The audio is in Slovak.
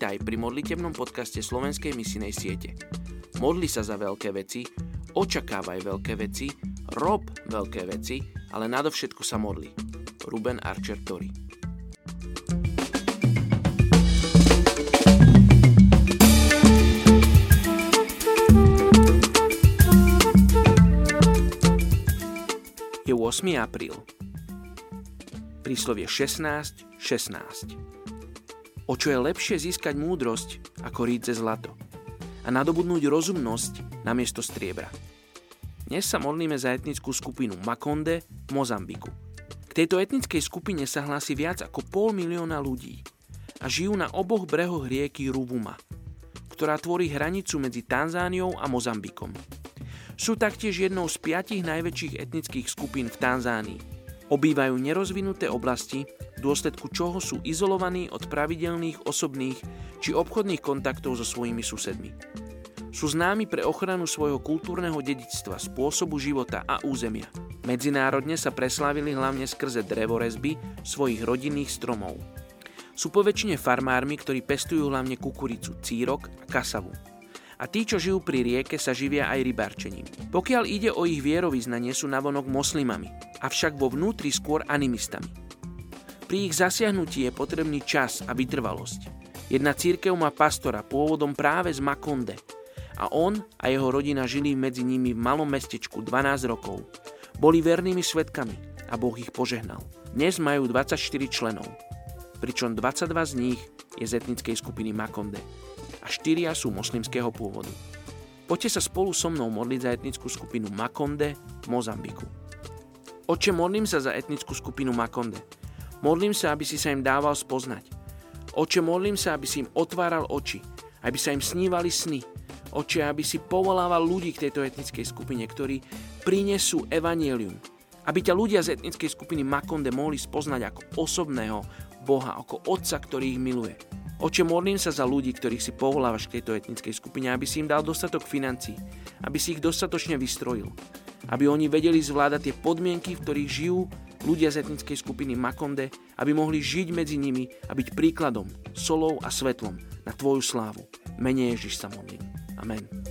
Vítaj pri modlitebnom podcaste Slovenskej misijnej siete. Modli sa za veľké veci, očakávaj veľké veci, rob veľké veci, ale nadovšetko sa modli. Ruben Archer Tori. Je 8. apríl. Príslovie 16:16. O čo je lepšie získať múdrosť ako rídze zlato a nadobudnúť rozumnosť namiesto striebra. Dnes sa modlíme za etnickú skupinu Makonde v Mozambiku. K tejto etnickej skupine sa hlási viac ako 500 000 ľudí a žijú na oboch brehoch rieky Ruvuma, ktorá tvorí hranicu medzi Tanzániou a Mozambikom. Sú taktiež jednou z 5 najväčších etnických skupín v Tanzánii. Obývajú nerozvinuté oblasti, v dôsledku čoho sú izolovaní od pravidelných osobných či obchodných kontaktov so svojimi susedmi. Sú známi pre ochranu svojho kultúrneho dedičstva, spôsobu života a územia. Medzinárodne sa preslávili hlavne skrze drevorezby svojich rodinných stromov. Sú poväčšine farmármi, ktorí pestujú hlavne kukuricu, círok a kasavu. A tí, čo žijú pri rieke, sa živia aj rybárčením. Pokiaľ ide o ich vierovyznanie, sú navonok moslimami, avšak vo vnútri skôr animistami. Pri ich zasiahnutí je potrebný čas a vytrvalosť. Jedna cirkev má pastora pôvodom práve z Makonde a on a jeho rodina žili medzi nimi v malom mestečku 12 rokov. Boli vernými svedkami a Boh ich požehnal. Dnes majú 24 členov, pričom 22 z nich je z etnickej skupiny Makonde a 4 sú moslimského pôvodu. Poďte sa spolu so mnou modliť za etnickú skupinu Makonde v Mozambiku. Otče, modlím sa za etnickú skupinu Makonde. Modlím sa, aby si sa im dával spoznať. Otče, modlím sa, aby si im otváral oči, aby sa im snívali sny. Otče, aby si povolával ľudí k tejto etnickej skupine, ktorí prinesú evanjelium. Aby ťa ľudia z etnickej skupiny Makonde mohli spoznať ako osobného Boha, ako Otca, ktorý ich miluje. Otče, modlím sa za ľudí, ktorých si povolávaš k tejto etnickej skupine, aby si im dal dostatok financií, aby si ich dostatočne vystrojil, aby oni vedeli zvládať tie podmienky, v ktorých žijú ľudia z etnickej skupiny Makonde, aby mohli žiť medzi nimi a byť príkladom, solou a svetlom na tvoju slávu. Mene Ježiš sa modlím. Amen.